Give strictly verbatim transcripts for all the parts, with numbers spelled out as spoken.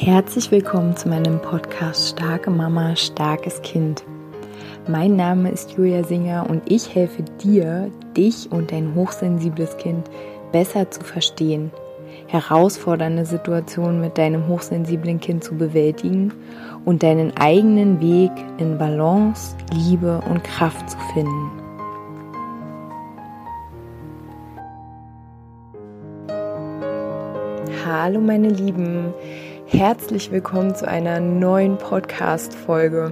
Herzlich willkommen zu meinem Podcast Starke Mama, starkes Kind. Mein Name ist Julia Singer und ich helfe dir, dich und dein hochsensibles Kind besser zu verstehen, herausfordernde Situationen mit deinem hochsensiblen Kind zu bewältigen und deinen eigenen Weg in Balance, Liebe und Kraft zu finden. Hallo meine Lieben, herzlich willkommen zu einer neuen Podcast-Folge.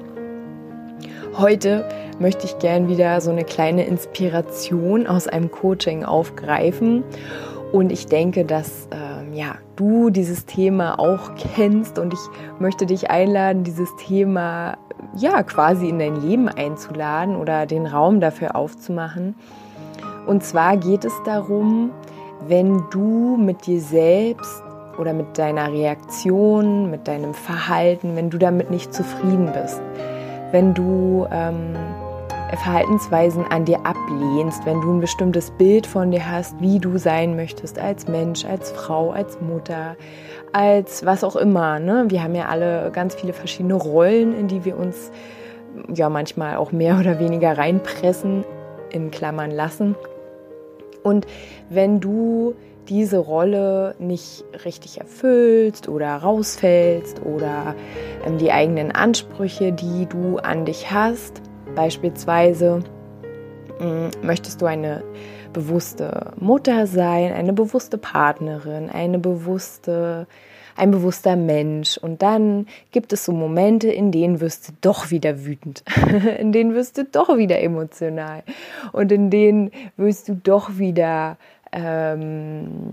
Heute möchte ich gern wieder so eine kleine Inspiration aus einem Coaching aufgreifen und ich denke, dass ähm, ja, du dieses Thema auch kennst und ich möchte dich einladen, dieses Thema ja quasi in dein Leben einzuladen oder den Raum dafür aufzumachen. Und zwar geht es darum, wenn du mit dir selbst oder mit deiner Reaktion, mit deinem Verhalten, wenn du damit nicht zufrieden bist, wenn du ähm, Verhaltensweisen an dir ablehnst, wenn du ein bestimmtes Bild von dir hast, wie du sein möchtest als Mensch, als Frau, als Mutter, als was auch immer. Ne? Wir haben ja alle ganz viele verschiedene Rollen, in die wir uns ja manchmal auch mehr oder weniger reinpressen, in Klammern lassen. Und wenn du diese Rolle nicht richtig erfüllst oder rausfällst oder ähm, die eigenen Ansprüche, die du an dich hast, beispielsweise mh, möchtest du eine bewusste Mutter sein, eine bewusste Partnerin, eine bewusste, ein bewusster Mensch und dann gibt es so Momente, in denen wirst du doch wieder wütend, in denen wirst du doch wieder emotional und in denen wirst du doch wieder Ähm,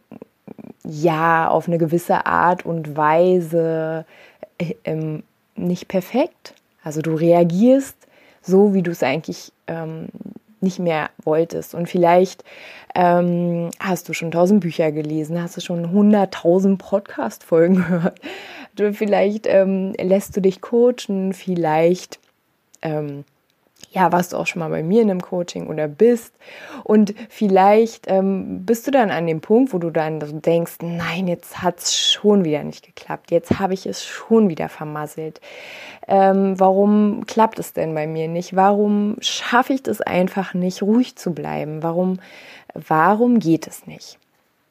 ja, auf eine gewisse Art und Weise ähm, nicht perfekt. Also du reagierst so, wie du es eigentlich ähm, nicht mehr wolltest. Und vielleicht ähm, hast du schon tausend Bücher gelesen, hast du schon hunderttausend Podcast-Folgen gehört. Du, vielleicht ähm, lässt du dich coachen, vielleicht ähm, ja, warst du auch schon mal bei mir in einem Coaching oder bist und vielleicht ähm, bist du dann an dem Punkt, wo du dann denkst, nein, jetzt hat es schon wieder nicht geklappt, jetzt habe ich es schon wieder vermasselt. Ähm, warum klappt es denn bei mir nicht? Warum schaffe ich das einfach nicht, ruhig zu bleiben? Warum, warum geht es nicht?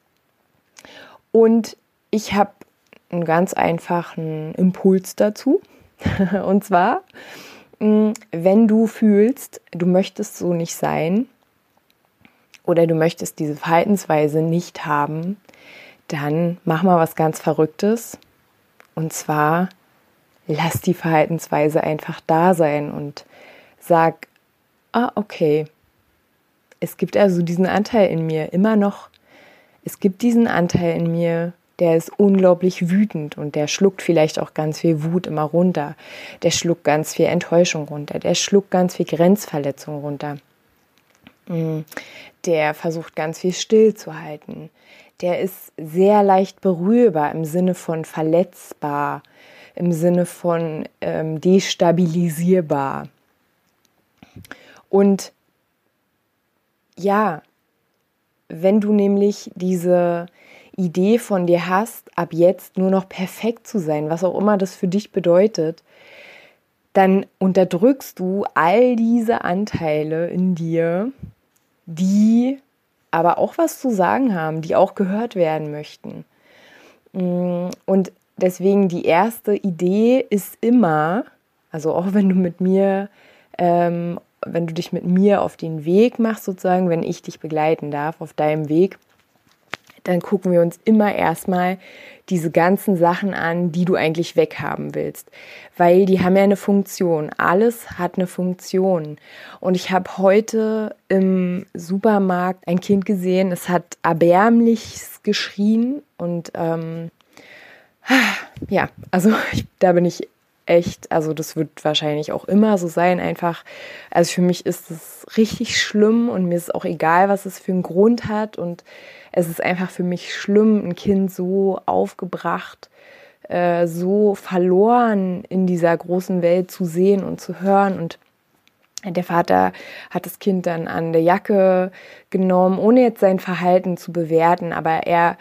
Und ich habe einen ganz einfachen Impuls dazu und zwar, wenn du fühlst, du möchtest so nicht sein oder du möchtest diese Verhaltensweise nicht haben, dann mach mal was ganz Verrücktes und zwar lass die Verhaltensweise einfach da sein und sag, ah okay, es gibt also diesen Anteil in mir immer noch, es gibt diesen Anteil in mir, der ist unglaublich wütend und der schluckt vielleicht auch ganz viel Wut immer runter. Der schluckt ganz viel Enttäuschung runter. Der schluckt ganz viel Grenzverletzung runter. Der versucht ganz viel stillzuhalten. Der ist sehr leicht berührbar im Sinne von verletzbar, im Sinne von ähm, destabilisierbar. Und ja, wenn du nämlich diese Idee von dir hast, ab jetzt nur noch perfekt zu sein, was auch immer das für dich bedeutet, dann unterdrückst du all diese Anteile in dir, die aber auch was zu sagen haben, die auch gehört werden möchten. Und deswegen die erste Idee ist immer, also auch wenn du mit mir, ähm, wenn du dich mit mir auf den Weg machst sozusagen, wenn ich dich begleiten darf auf deinem Weg, dann gucken wir uns immer erstmal diese ganzen Sachen an, die du eigentlich weghaben willst. Weil die haben ja eine Funktion. Alles hat eine Funktion. Und ich habe heute im Supermarkt ein Kind gesehen, es hat erbärmlich geschrien. Und ähm, ja, also ich, da bin ich echt, also das wird wahrscheinlich auch immer so sein, einfach, also für mich ist es richtig schlimm und mir ist auch egal, was es für einen Grund hat und es ist einfach für mich schlimm, ein Kind so aufgebracht, äh, so verloren in dieser großen Welt zu sehen und zu hören und der Vater hat das Kind dann an der Jacke genommen, ohne jetzt sein Verhalten zu bewerten, aber er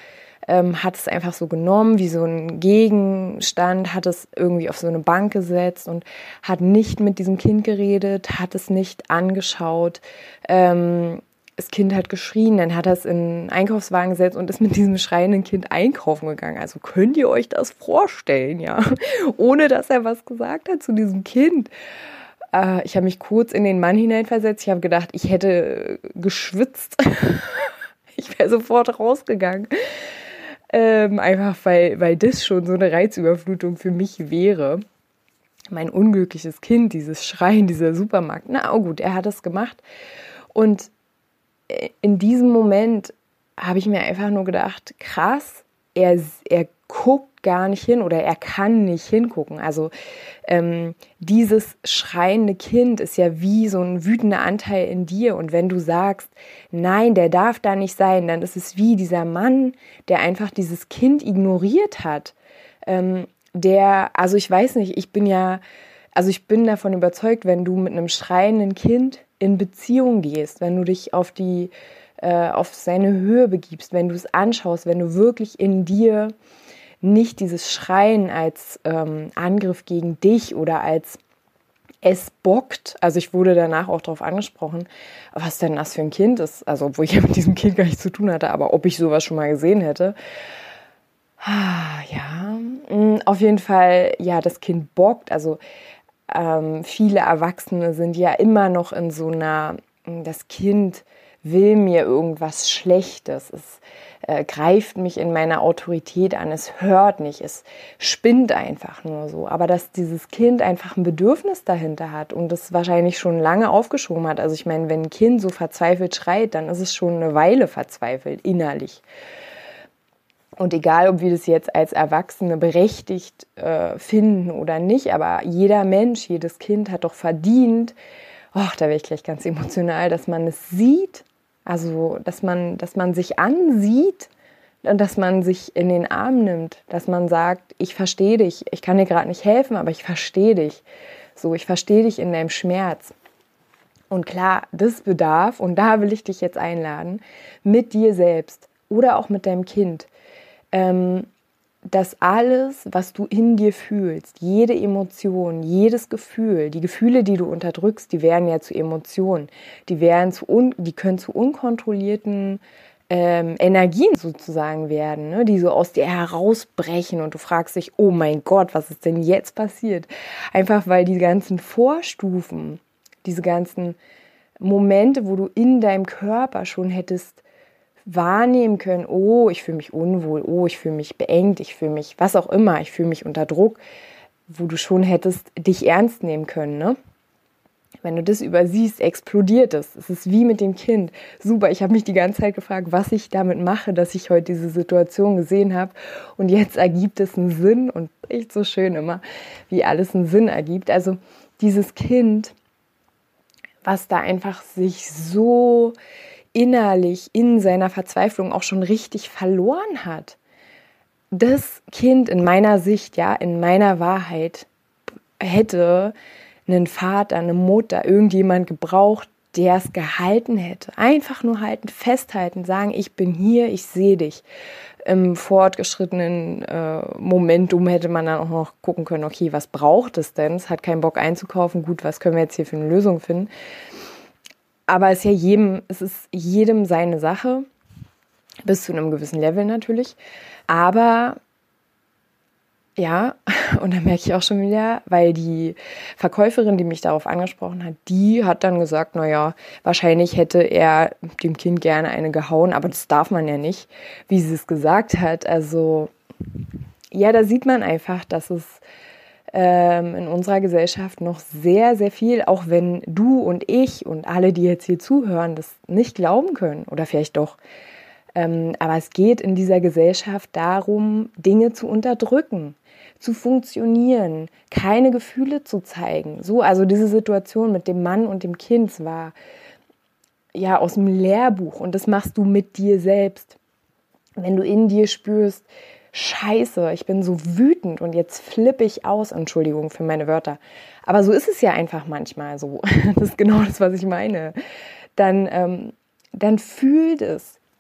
ähm, hat es einfach so genommen, wie so ein Gegenstand, hat es irgendwie auf so eine Bank gesetzt und hat nicht mit diesem Kind geredet, hat es nicht angeschaut. Ähm, das Kind hat geschrien, dann hat er es in einen Einkaufswagen gesetzt und ist mit diesem schreienden Kind einkaufen gegangen. Also könnt ihr euch das vorstellen, ja? Ohne dass er was gesagt hat zu diesem Kind. Äh, ich habe mich kurz in den Mann hineinversetzt. Ich habe gedacht, ich hätte geschwitzt. Ich wäre sofort rausgegangen. Ähm, einfach weil, weil das schon so eine Reizüberflutung für mich wäre. Mein unglückliches Kind, dieses Schreien, dieser Supermarkt. Na oh gut, er hat es gemacht. Und in diesem Moment habe ich mir einfach nur gedacht, krass, er, er guckt gar nicht hin oder er kann nicht hingucken. Also ähm, dieses schreiende Kind ist ja wie so ein wütender Anteil in dir. Und wenn du sagst, nein, der darf da nicht sein, dann ist es wie dieser Mann, der einfach dieses Kind ignoriert hat. Ähm, der, also ich weiß nicht, ich bin ja, also ich bin davon überzeugt, wenn du mit einem schreienden Kind in Beziehung gehst, wenn du dich auf die, äh, auf seine Höhe begibst, wenn du es anschaust, wenn du wirklich in dir nicht dieses Schreien als ähm, Angriff gegen dich oder als es bockt, also ich wurde danach auch darauf angesprochen, was denn das für ein Kind ist, also obwohl ich ja mit diesem Kind gar nichts zu tun hatte, aber ob ich sowas schon mal gesehen hätte. Ah, ja, auf jeden Fall, ja, das Kind bockt, also Ähm, viele Erwachsene sind ja immer noch in so einer, das Kind will mir irgendwas Schlechtes, es äh, greift mich in meiner Autorität an, es hört nicht, es spinnt einfach nur so. Aber dass dieses Kind einfach ein Bedürfnis dahinter hat und das wahrscheinlich schon lange aufgeschoben hat. Also ich meine, wenn ein Kind so verzweifelt schreit, dann ist es schon eine Weile verzweifelt, innerlich. Und egal, ob wir das jetzt als Erwachsene berechtigt äh, finden oder nicht, aber jeder Mensch, jedes Kind hat doch verdient, ach, da wäre ich gleich ganz emotional, dass man es sieht, also dass man, dass man sich ansieht und dass man sich in den Arm nimmt, dass man sagt, ich verstehe dich, ich kann dir gerade nicht helfen, aber ich verstehe dich, so, ich verstehe dich in deinem Schmerz. Und klar, das bedarf, und da will ich dich jetzt einladen, mit dir selbst oder auch mit deinem Kind, Ähm, dass alles, was du in dir fühlst, jede Emotion, jedes Gefühl, die Gefühle, die du unterdrückst, die werden ja zu Emotionen, die, werden zu un, die können zu unkontrollierten ähm, Energien sozusagen werden, ne, die so aus dir herausbrechen und du fragst dich, oh mein Gott, was ist denn jetzt passiert? Einfach weil die ganzen Vorstufen, diese ganzen Momente, wo du in deinem Körper schon hättest wahrnehmen können, oh, ich fühle mich unwohl, oh, ich fühle mich beengt, ich fühle mich, was auch immer, ich fühle mich unter Druck, wo du schon hättest dich ernst nehmen können, ne? Wenn du das übersiehst, explodiert es. Es ist wie mit dem Kind. Super, ich habe mich die ganze Zeit gefragt, was ich damit mache, dass ich heute diese Situation gesehen habe und jetzt ergibt es einen Sinn und echt so schön immer, wie alles einen Sinn ergibt. Also dieses Kind, was da einfach sich so innerlich in seiner Verzweiflung auch schon richtig verloren hat. Das Kind in meiner Sicht, ja, in meiner Wahrheit hätte einen Vater, eine Mutter, irgendjemand gebraucht, der es gehalten hätte. Einfach nur halten, festhalten, sagen, ich bin hier, ich sehe dich. Im fortgeschrittenen äh, Momentum hätte man dann auch noch gucken können, okay, was braucht es denn? Es hat keinen Bock einzukaufen, gut, was können wir jetzt hier für eine Lösung finden? Aber es ist ja jedem, es ist jedem seine Sache, bis zu einem gewissen Level natürlich. Aber ja, und dann merke ich auch schon wieder, weil die Verkäuferin, die mich darauf angesprochen hat, die hat dann gesagt, naja, wahrscheinlich hätte er dem Kind gerne eine gehauen, aber das darf man ja nicht, wie sie es gesagt hat. Also ja, da sieht man einfach, dass es ähm, in unserer Gesellschaft noch sehr, sehr viel, auch wenn du und ich und alle, die jetzt hier zuhören, das nicht glauben können oder vielleicht doch. Ähm, aber es geht in dieser Gesellschaft darum, Dinge zu unterdrücken, zu funktionieren, keine Gefühle zu zeigen. So, also diese Situation mit dem Mann und dem Kind war ja aus dem Lehrbuch und das machst du mit dir selbst. Wenn du in dir spürst, Scheiße, ich bin so wütend und jetzt flippe ich aus, Entschuldigung für meine Wörter, aber so ist es ja einfach manchmal so, das ist genau das, was ich meine, dann, ähm, dann fühl das.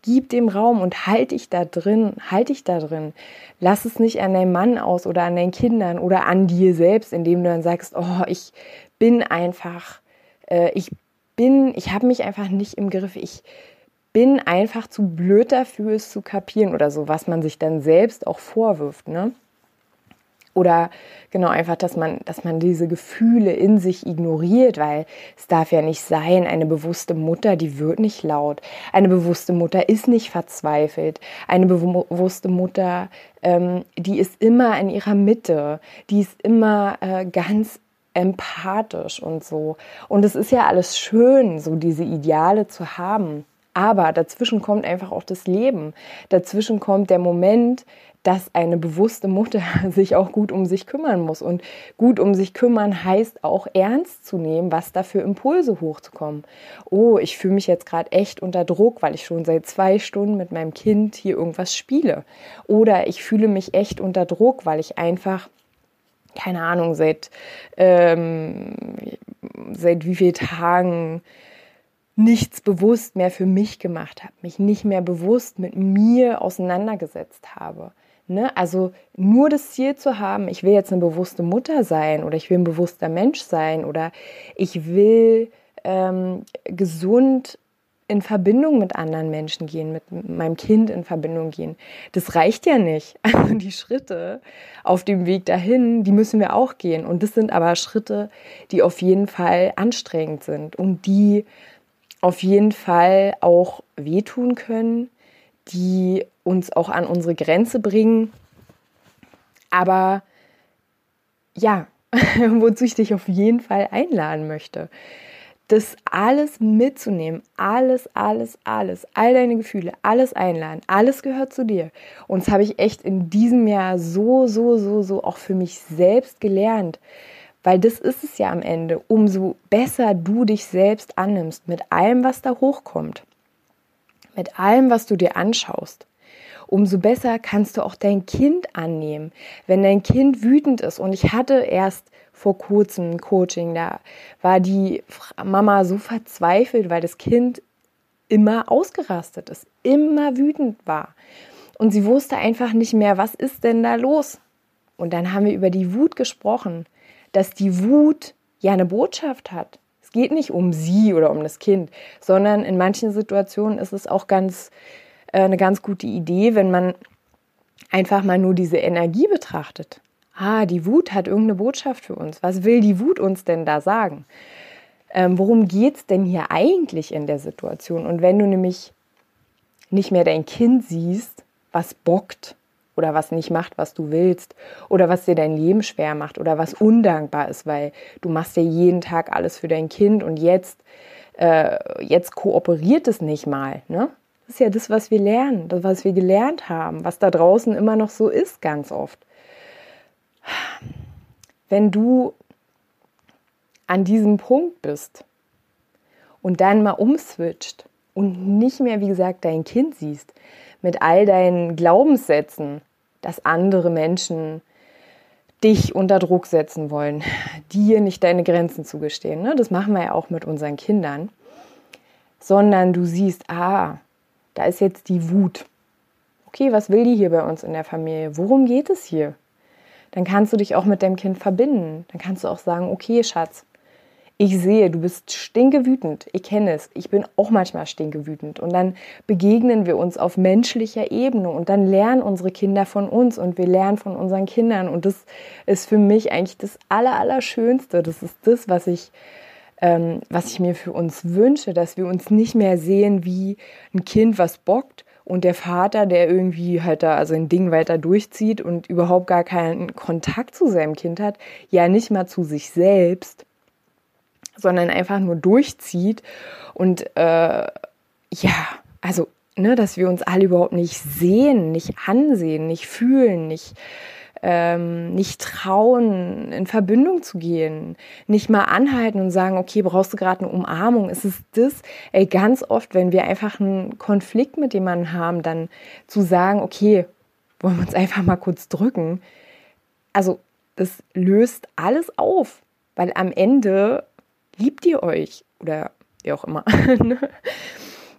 Gib dem Raum und halt dich da drin, halt dich da drin. Lass es nicht an deinem Mann aus oder an deinen Kindern oder an dir selbst, indem du dann sagst, oh, ich bin einfach, äh, ich bin, ich habe mich einfach nicht im Griff, ich bin einfach zu blöd dafür, es zu kapieren oder so, was man sich dann selbst auch vorwirft, ne? Oder genau einfach, dass man, dass man diese Gefühle in sich ignoriert, weil es darf ja nicht sein, eine bewusste Mutter, die wird nicht laut. Eine bewusste Mutter ist nicht verzweifelt. Eine bewusste Mutter, ähm, die ist immer in ihrer Mitte. Die ist immer äh, ganz empathisch und so. Und es ist ja alles schön, so diese Ideale zu haben. Aber dazwischen kommt einfach auch das Leben. Dazwischen kommt der Moment, dass eine bewusste Mutter sich auch gut um sich kümmern muss. Und gut um sich kümmern heißt auch ernst zu nehmen, was da für Impulse hochzukommen. Oh, ich fühle mich jetzt gerade echt unter Druck, weil ich schon seit zwei Stunden mit meinem Kind hier irgendwas spiele. Oder ich fühle mich echt unter Druck, weil ich einfach, keine Ahnung, seit, ähm, seit wie vielen Tagen nichts bewusst mehr für mich gemacht habe, mich nicht mehr bewusst mit mir auseinandergesetzt habe. Ne? Also nur das Ziel zu haben, ich will jetzt eine bewusste Mutter sein oder ich will ein bewusster Mensch sein oder ich will ähm, gesund in Verbindung mit anderen Menschen gehen, mit meinem Kind in Verbindung gehen. Das reicht ja nicht. Also die Schritte auf dem Weg dahin, die müssen wir auch gehen. Und das sind aber Schritte, die auf jeden Fall anstrengend sind und die auf jeden Fall auch wehtun können, die uns auch an unsere Grenze bringen. Aber ja, wozu ich dich auf jeden Fall einladen möchte, das alles mitzunehmen, alles, alles, alles, all deine Gefühle, alles einladen, alles gehört zu dir. Und das habe ich echt in diesem Jahr so, so, so, so auch für mich selbst gelernt. Weil das ist es ja am Ende, umso besser du dich selbst annimmst, mit allem, was da hochkommt, mit allem, was du dir anschaust, umso besser kannst du auch dein Kind annehmen. Wenn dein Kind wütend ist, und ich hatte erst vor kurzem ein Coaching, da war die Mama so verzweifelt, weil das Kind immer ausgerastet ist, immer wütend war. Und sie wusste einfach nicht mehr, was ist denn da los? Und dann haben wir über die Wut gesprochen, dass die Wut ja eine Botschaft hat. Es geht nicht um sie oder um das Kind, sondern in manchen Situationen ist es auch ganz, äh, eine ganz gute Idee, wenn man einfach mal nur diese Energie betrachtet. Ah, die Wut hat irgendeine Botschaft für uns. Was will die Wut uns denn da sagen? Ähm, worum geht es denn hier eigentlich in der Situation? Und wenn du nämlich nicht mehr dein Kind siehst, was bockt, oder was nicht macht, was du willst, oder was dir dein Leben schwer macht, oder was undankbar ist, weil du machst ja jeden Tag alles für dein Kind und jetzt, äh, jetzt kooperiert es nicht mal. Ne? Das ist ja das, was wir lernen, das, was wir gelernt haben, was da draußen immer noch so ist, ganz oft. Wenn du an diesem Punkt bist und dann mal umswitcht und nicht mehr, wie gesagt, dein Kind siehst, mit all deinen Glaubenssätzen, dass andere Menschen dich unter Druck setzen wollen, dir nicht deine Grenzen zugestehen. Ne? Das machen wir ja auch mit unseren Kindern. Sondern du siehst, ah, da ist jetzt die Wut. Okay, was will die hier bei uns in der Familie? Worum geht es hier? Dann kannst du dich auch mit deinem Kind verbinden. Dann kannst du auch sagen, okay, Schatz, ich sehe, du bist stinkewütend. Ich kenne es. Ich bin auch manchmal stinkewütend. Und dann begegnen wir uns auf menschlicher Ebene und dann lernen unsere Kinder von uns und wir lernen von unseren Kindern. Und das ist für mich eigentlich das Allerallerschönste. Das ist das, was ich, ähm, was ich mir für uns wünsche, dass wir uns nicht mehr sehen wie ein Kind, was bockt und der Vater, der irgendwie halt da also ein Ding weiter durchzieht und überhaupt gar keinen Kontakt zu seinem Kind hat, ja nicht mal zu sich selbst, sondern einfach nur durchzieht und äh, ja, also, ne, dass wir uns alle überhaupt nicht sehen, nicht ansehen, nicht fühlen, nicht, ähm, nicht trauen, in Verbindung zu gehen, nicht mal anhalten und sagen, okay, brauchst du gerade eine Umarmung? Ist es das? Ey, ganz oft, wenn wir einfach einen Konflikt mit jemandem haben, dann zu sagen, okay, wollen wir uns einfach mal kurz drücken? Also, das löst alles auf, weil am Ende liebt ihr euch oder wie auch immer.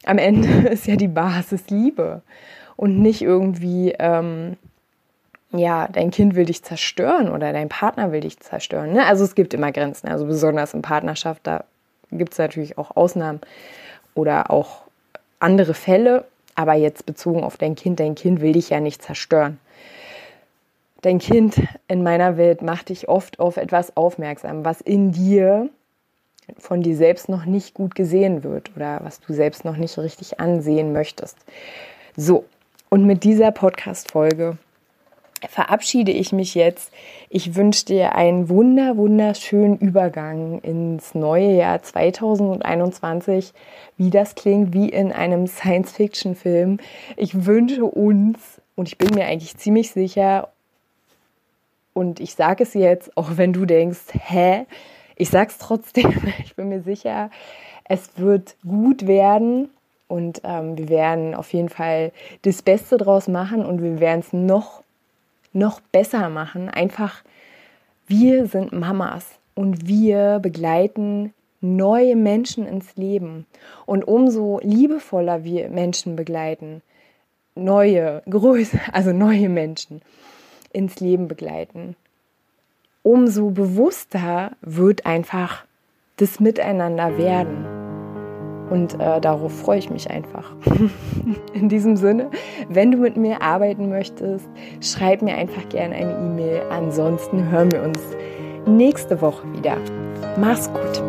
am Ende ist ja die Basis Liebe und nicht irgendwie, ähm, ja, dein Kind will dich zerstören oder dein Partner will dich zerstören. Ne? Also es gibt immer Grenzen, also besonders in Partnerschaft, da gibt es natürlich auch Ausnahmen oder auch andere Fälle, aber jetzt bezogen auf dein Kind, dein Kind will dich ja nicht zerstören. Dein Kind in meiner Welt macht dich oft auf etwas aufmerksam, was in dir von dir selbst noch nicht gut gesehen wird oder was du selbst noch nicht richtig ansehen möchtest. So, und mit dieser Podcast-Folge verabschiede ich mich jetzt. Ich wünsche dir einen wunder, wunderschönen Übergang ins neue Jahr zwanzig einundzwanzig, wie das klingt, wie in einem Science-Fiction-Film. Ich wünsche uns, und ich bin mir eigentlich ziemlich sicher, und ich sage es jetzt, auch wenn du denkst, hä? Ich sage es trotzdem, ich bin mir sicher, es wird gut werden und ähm, wir werden auf jeden Fall das Beste draus machen und wir werden es noch, noch besser machen. Einfach, wir sind Mamas und wir begleiten neue Menschen ins Leben. Und umso liebevoller wir Menschen begleiten, neue, größere, also neue Menschen ins Leben begleiten, umso bewusster wird einfach das Miteinander werden. Und äh, darauf freue ich mich einfach. In diesem Sinne, wenn du mit mir arbeiten möchtest, schreib mir einfach gerne eine E-Mail. Ansonsten hören wir uns nächste Woche wieder. Mach's gut.